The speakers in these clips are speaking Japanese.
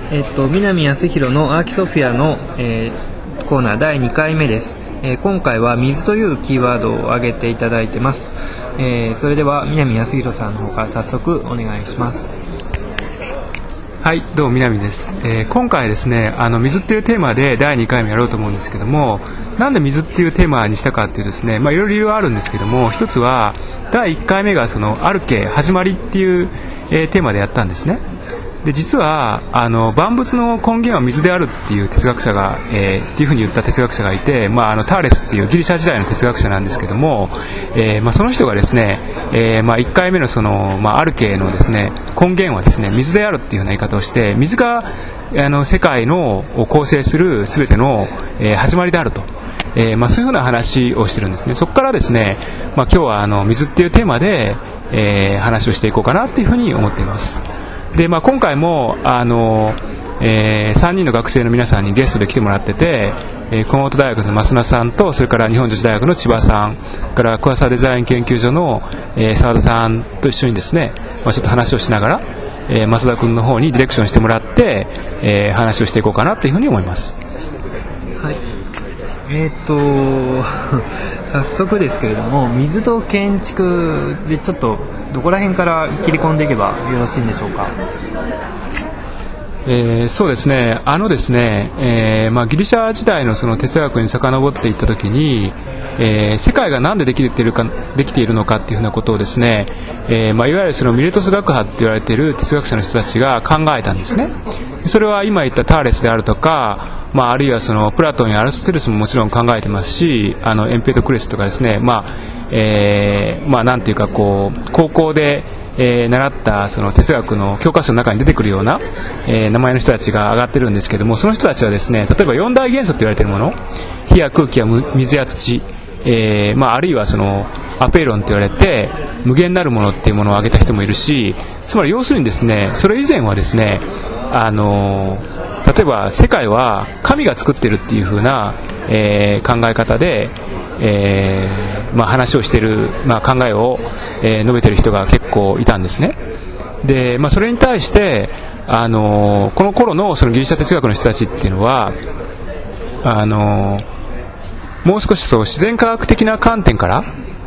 南康弘のアーキソフィアの、コーナー第2回目です。今回は水というキーワードを挙げていただいてます。それでは南康弘さんの方から早速お願いします。 はい、どうも南です。今回ですね、水っていうテーマで第2回目やろうと思うんですけども、なんで水っていうテーマにしたかっていうですね、いろいろ理由はあるんですけども、一つは第1回目がそのアルケ始まりっていう、テーマでやったんですね。で実は万物の根源は水であるっていう哲学者が、っていうふうに言った哲学者がいて、ターレスっていうギリシャ時代の哲学者なんですけども、その人がですね、1回目のその、アルケのですね根源はですね水であるっていうような言い方をして、水が世界のを構成する全ての、始まりであると。そういうふうな話をしてるんですね。そこからですね、今日は水っていうテーマで、話をしていこうかなっていうふうに思っています。で今回も3人の学生の皆さんにゲストで来てもらってて、熊本大学の増名さんと、それから日本女子大学の千葉さんから桑沢デザイン研究所の、澤田さんと一緒にですね、ちょっと話をしながら、増田君の方にディレクションしてもらって、話をしていこうかなというふうに思います。 はい、早速ですけれども、水と建築でちょっとどこら辺から切り込んでいけばよろしいんでしょうか。 そうですね、ですね、ギリシャ時代のその哲学に遡っていったときに、世界が何でできているのかっていうふうなことをですね、いわゆるそのミレトス学派って言われている哲学者の人たちが考えたんですね。それは今言ったターレスであるとか、あるいはそのプラトンやアリストテレスももちろん考えてますし、エンペドクレスとかですね、なんていうかこう高校で習ったその哲学の教科書の中に出てくるような、名前の人たちが上がってるんですけども、その人たちはですね、例えば4大元素と言われているもの、火や空気や水や土、あるいはそのアペイロンと言われて無限なるものっていうものを挙げた人もいるし、つまり要するにですね、それ以前はですね、例えば世界は神が作ってるっていう風な、考え方で、話をしている、考えを、述べている人が結構いたんですね。で、それに対して、この頃のそのギリシャ哲学の人たちっていうのはもう少しそう自然科学的な観点から、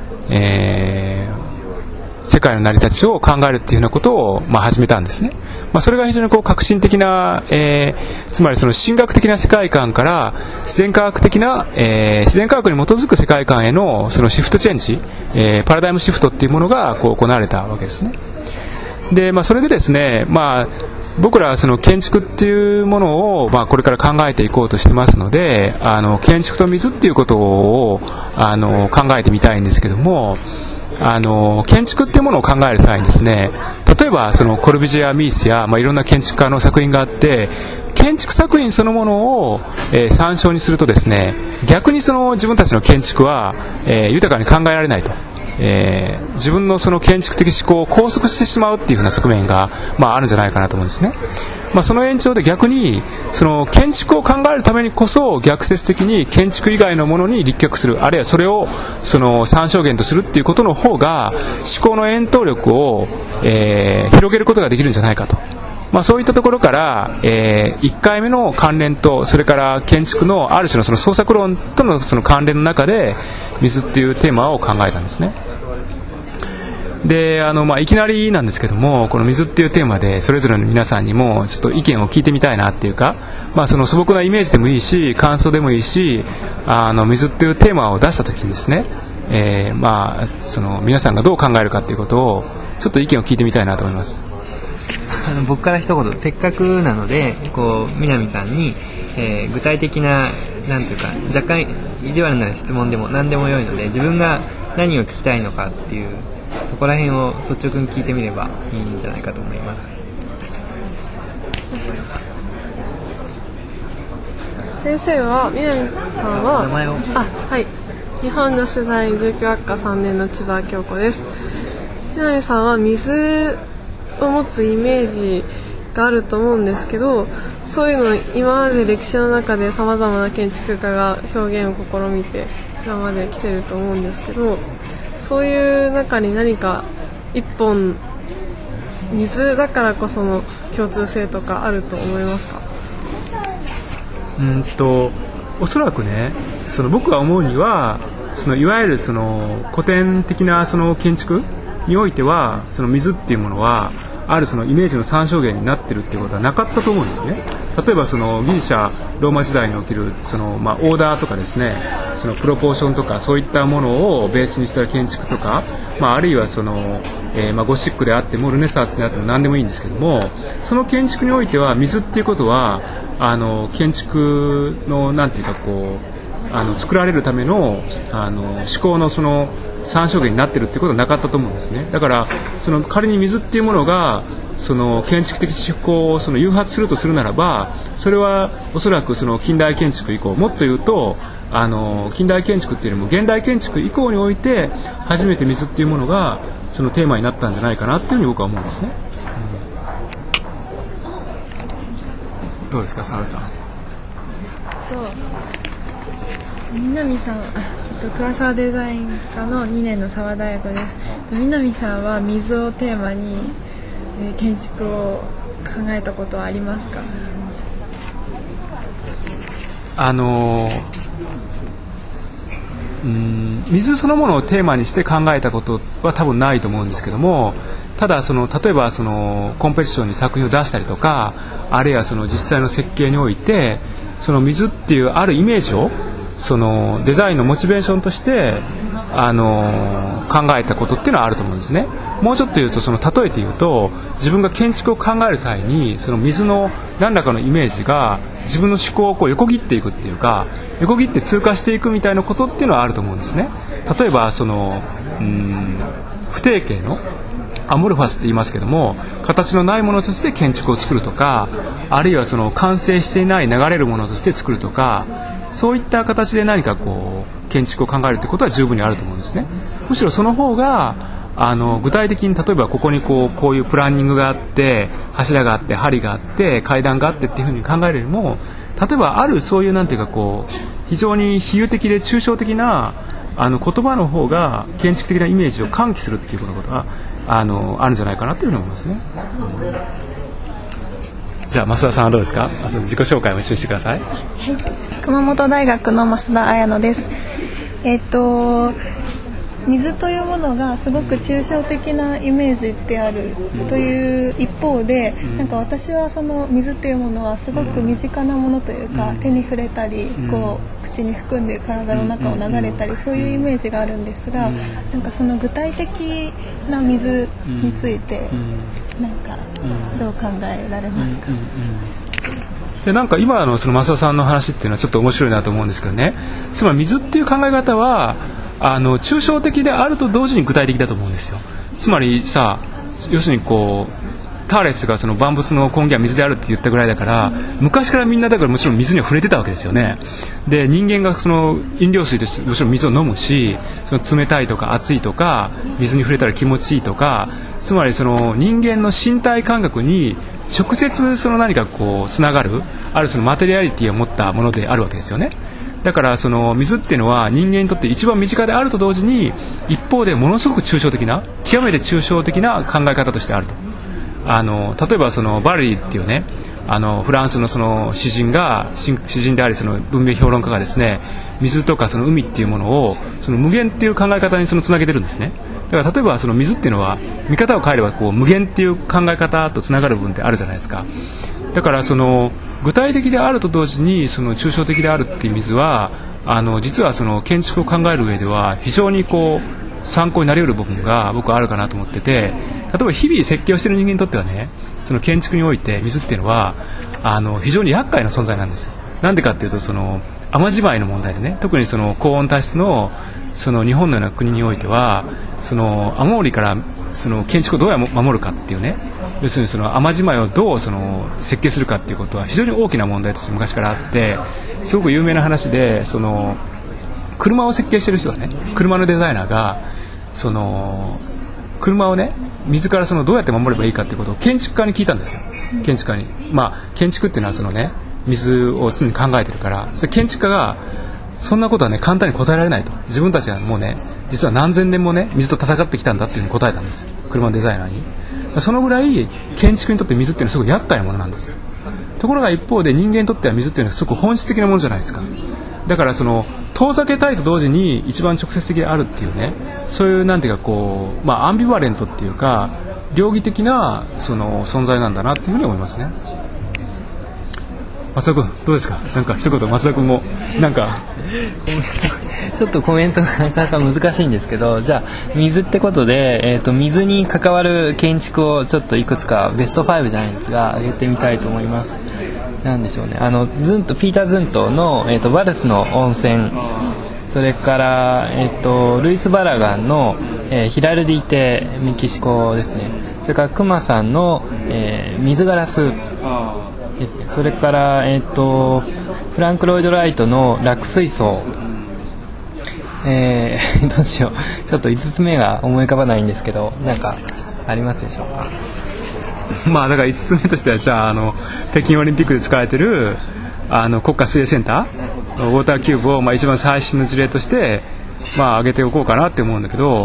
世界の成り立ちを考えるっていうようなことを、始めたんですね。それが非常にこう革新的な、つまりその神学的な世界観から自然科学的な、自然科学に基づく世界観へのそのシフトチェンジ、パラダイムシフトっていうものがこう行われたわけですね。で、それでですね、僕らはその建築っていうものを、これから考えていこうとしてますので、建築と水っていうことを考えてみたいんですけども、建築っていうものを考える際にですね、例えばそのコルビュジエやミースや、いろんな建築家の作品があって、建築作品そのものを、参照にするとですね、逆にその自分たちの建築は、豊かに考えられないと、自分のその建築的思考を拘束してしまうっていう風な側面が、あるんじゃないかなと思うんですね。その延長で逆にその建築を考えるためにこそ逆説的に建築以外のものに立脚する、あるいはそれをその参照源とするっていうことの方が思考の延長力を、広げることができるんじゃないかと。そういったところから、1回目の関連と、それから建築のある種のその創作論とのその関連の中で水っていうテーマを考えたんですね。で、いきなりなんですけども、この水っていうテーマでそれぞれの皆さんにもちょっと意見を聞いてみたいなっていうか、その素朴なイメージでもいいし、感想でもいいし、水っていうテーマを出した時にですね、その皆さんがどう考えるかっていうことをちょっと意見を聞いてみたいなと思います。 僕から一言、せっかくなのでこう南さんに、具体的ななんていうか若干意地悪な質問でも何でもよいので、自分が何を聞きたいのかっていうそこら辺を率直に聞いてみればいいんじゃないかと思います。 先生は南さんは名前をはい、日本女子大住居学科3年の千葉京子です。南さんは水を持つイメージがあると思うんですけど、そういうのを今まで歴史の中でさまざまな建築家が表現を試みて今まで来てると思うんですけど、そういう中に何か一本水だからこその共通性とかあると思いますか？ おそらくね、僕が思うには、いわゆる古典的な建築においては、水っていうものはあるイメージの参照源になってるっていうことはなかったと思うんですね。例えばギリシャローマ時代におけるオーダーとかですね、プロポーションとかそういったものをベースにした建築とか、あるいはゴシックであってもルネサンスであっても何でもいいんですけども、その建築においては水っていうことは建築のなんていうか作られるための思考の参照源になってるっていうことはなかったと思うんですね。だから仮に水っていうものが建築的思考を誘発するとするならば、それはおそらく近代建築以降、もっと言うと近代建築っていうよりも現代建築以降において初めて水っていうものがテーマになったんじゃないかなっていうふうに僕は思うんですね。どうですか、澤田さん。 南さん、桑沢デザイン科の2年の澤大学です。南さんは水をテーマに建築を考えたことはありますか？ 水そのものをテーマにして考えたことは多分ないと思うんですけども、ただ例えばコンペティションに作品を出したりとか、あるいは実際の設計において水っていうあるイメージをデザインのモチベーションとして考えたことっていうのはあると思うんですね。もうちょっと言うと例えて言うと、自分が建築を考える際に水の何らかのイメージが自分の思考を横切っていくっていうか、横切って通過していくみたいなことっていうのはあると思うんですね。例えば不定形のアモルファスって言いますけども、形のないものとして建築を作るとか、あるいは完成していない流れるものとして作るとか、そういった形で何か建築を考えるということは十分にあると思うんですね。むしろその方が具体的に、例えばここにこういうプランニングがあって、柱があって梁があって階段があってっていうふうに考えるよりも、例えばあるそういうなんていうか非常に比喩的で抽象的な言葉の方が建築的なイメージを喚起するっていうことがあるんじゃないかなというふうに思いますね。じゃあ増田さんはどうですか？自己紹介も一緒にしてください。 はい、熊本大学の増田彩乃です。水というものがすごく抽象的なイメージであるという一方で、なんか私は水というものはすごく身近なものというか、手に触れたり口に含んで体の中を流れたり、そういうイメージがあるんですが、なんか具体的な水についてなんかどう考えられますか？ でなんか今の増田さんの話っていうのはちょっと面白いなと思うんですけどね。つまり水っていう考え方は抽象的であると同時に具体的だと思うんですよ。つまりさ、要するにターレスが万物の根源は水であるって言ったぐらいだから、昔からみんなだからもちろん水には触れてたわけですよね。で人間が飲料水としてもちろん水を飲むし、冷たいとか熱いとか水に触れたら気持ちいいとか、つまり人間の身体感覚に直接何かつながる、あるマテリアリティを持ったものであるわけですよね。だから水っていうのは人間にとって一番身近であると同時に、一方でものすごく抽象的な、極めて抽象的な考え方としてあると。例えばバレリーっていうね、フランスの詩人であり文明評論家がですね、水とか海っていうものを無限っていう考え方につなげてるんですね。だから例えば水っていうのは見方を変えれば無限っていう考え方とつながる部分ってあるじゃないですか。だから具体的であると同時に抽象的であるっていう水は実は建築を考える上では非常に参考になり得る部分が僕はあるかなと思ってて、例えば日々設計をしている人間にとってはね、建築において水っていうのは非常に厄介な存在なんですよ。なんでかっていうと雨じまいの問題でね、特に高温多湿の日本のような国においては雨漏りから建築をどうやって守るかっていうね、要するに雨じまいをどう設計するかっていうことは非常に大きな問題として昔からあって、すごく有名な話で車を設計してる人がね、車のデザイナーが車をね水からどうやって守ればいいかっていうことを建築家に聞いたんですよ。建築家に、建築っていうのは水を常に考えてるから、建築家がそんなことはね簡単に答えられないと。自分たちはもうね実は何千年もね水と戦ってきたんだっていうふうに答えたんですよ、車のデザイナーに。 そのぐらい建築にとって水っていうのはすごい厄介なものなんですよ。ところが一方で人間にとっては水っていうのはすごく本質的なものじゃないですか。だからその遠ざけたいと同時に一番直接的であるっていうね、そういうなんていうかこう、アンビバレントっていうか両義的なその存在なんだなっていうふうに思いますね。松田君どうですか。なんか一言松田君もなんかちょっとコメントがなかなか難しいんですけど、じゃあ水ってことで、水に関わる建築をちょっといくつかベスト5じゃないですが挙げてみたいと思います。なんでしょうね、ピーター・ズントの、バルスの温泉、それから、ルイス・バラガンの、ヒラルディ邸メキシコですね。それからクマさんの、水ガラスですね。それから、フランク・ロイド・ライトの落水槽、どうしよう、ちょっと5つ目が思い浮かばないんですけど、なんかありますでしょうか。 だから5つ目としてはじゃあ北京オリンピックで使われている国家水泳センターウォーターキューブを一番最新の事例として挙げておこうかなって思うんだけど、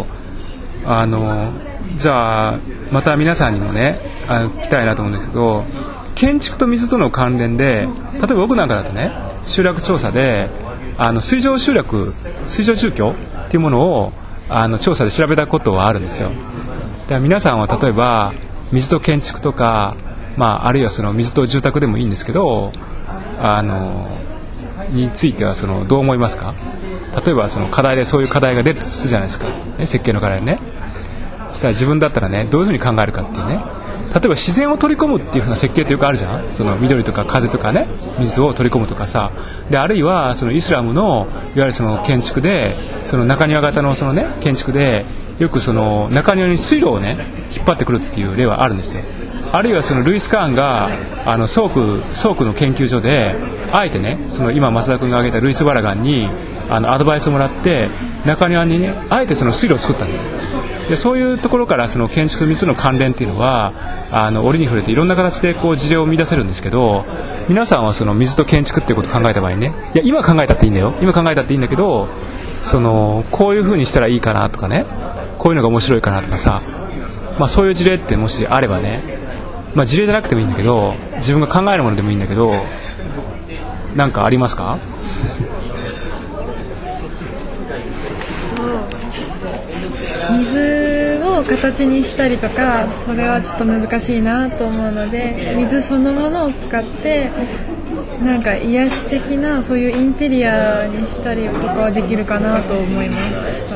じゃあまた皆さんにもね聞きたいなと思うんですけど、建築と水との関連で例えば僕なんかだとね集落調査で水上住居っていうものを調査で調べたことはあるんですよ。だから皆さんは例えば水と建築とか、あるいはその水と住宅でもいいんですけどについてはどう思いますか。例えばその課題でそういう課題が出るとするじゃないですか、設計の課題ね。そしたら自分だったらねどういうふうに考えるかっていうね、例えば自然を取り込むっていう風な設計ってよくあるじゃん。その緑とか風とかね水を取り込むとかさ、であるいはそのイスラムのいわゆるその建築でその中庭型のそのね建築でよくその中庭に水路をね引っ張ってくるっていう例はあるんですよ。あるいはそのルイス・カーンがソークの研究所であえてねその今増田君が挙げたルイス・バラガンにアドバイスをもらって中庭にねあえてその水路を作ったんですよ。でそういうところからその建築と水の関連っていうのは折に触れていろんな形でこう事例を生み出せるんですけど、皆さんはその水と建築っていうことを考えた場合ね、いや今考えたっていいんだよ、今考えたっていいんだけどこういう風にしたらいいかなとかね、こういうのが面白いかなとかさ、そういう事例ってもしあればね、事例じゃなくてもいいんだけど自分が考えるものでもいいんだけどなんかありますか。 水を形にしたりとかそれはちょっと難しいなと思うので、水そのものを使ってなんか癒し的なそういうインテリアにしたりとかはできるかなと思いました。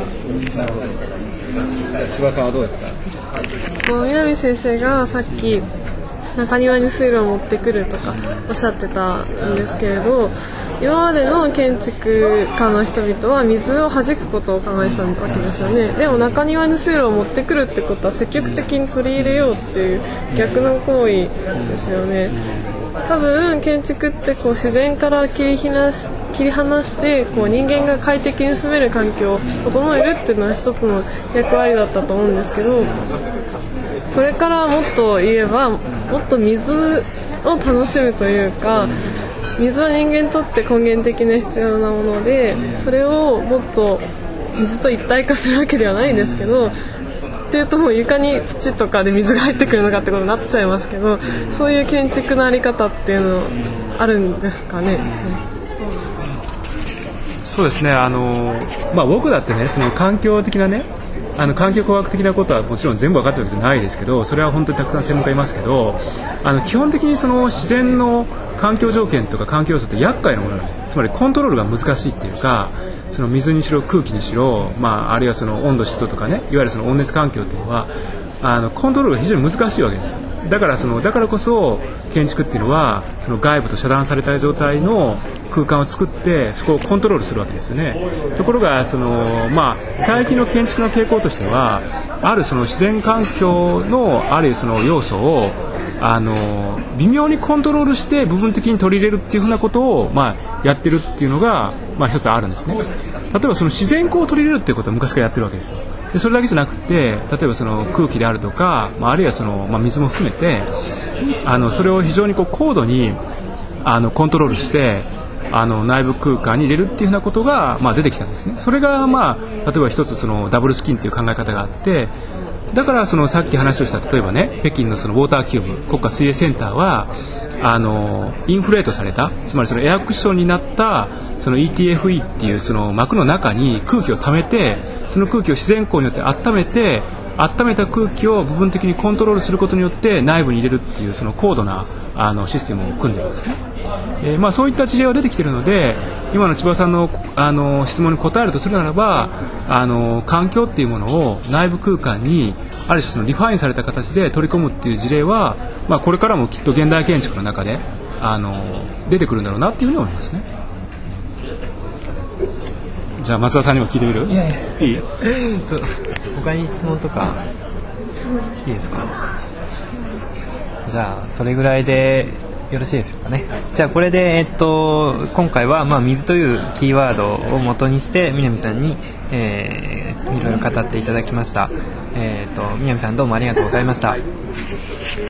千葉さんはどうですか。 南先生がさっき中庭に水路を持ってくるとかおっしゃってたんですけれど、今までの建築家の人々は水を弾くことを考えてたわけですよね。でも中庭に水路を持ってくるってことは積極的に取り入れようっていう逆の行為ですよね。多分建築ってこう自然から切り離してこう人間が快適に住める環境を整えるっていうのは一つの役割だったと思うんですけど、これからもっと言えばもっと水を楽しむというか、水は人間にとって根源的な必要なもので、それをもっと水と一体化するわけではないんですけど、っていうともう床に土とかで水が入ってくるのかってことになっちゃいますけど、そういう建築のあり方っていうのあるんですかね。 そうですね、僕だってねその環境的なね環境工学的なことはもちろん全部分かってるわけじゃないですけど、それは本当にたくさん専門家いますけど、基本的にその自然の環境条件とか環境要素って厄介なものなんです。つまりコントロールが難しいっていうか、その水にしろ空気にしろ、あるいはその温度湿度とかね、いわゆるその温熱環境っていうのはコントロールが非常に難しいわけですよ。だからこそ建築っていうのはその外部と遮断された状態の空間を作ってそこをコントロールするわけですよね。ところが最近の建築の傾向としてはあるその自然環境のあるその要素を微妙にコントロールして部分的に取り入れるっていうふうなことをやってるっていうのが一つあるんですね。例えばその自然光を取り入れるっていうことは昔からやってるわけですよ。でそれだけじゃなくて、例えばその空気であるとか、あるいはその、水も含めてそれを非常に高度にコントロールして内部空間に入れるっていうふうなことが出てきたんですね。それが例えば一つそのダブルスキンっていう考え方があって、 だからそのさっき話をした例えばね北京のそのウォーターキューブ国家水泳センターはインフレートされたつまりそのエアクッションになったその ETFE っていうその膜の中に空気を溜めてその空気を自然光によって温めた空気を部分的にコントロールすることによって内部に入れるっていうその高度なシステムを組んでるんですね。そういった事例が出てきているので今の千葉さんの、質問に答えるとするならば環境っていうものを内部空間にある種そのリファインされた形で取り込むっていう事例は、これからもきっと現代建築の中で出てくるんだろうなっていうふうに思いますね。じゃあ松田さんにも聞いてみる？いい？ 他に質問とかいいですか？じゃあそれぐらいでよろしいでしょうかね。じゃあこれで、今回は、水というキーワードを元にして南さんに、いろいろ語っていただきました。南さんどうもありがとうございました。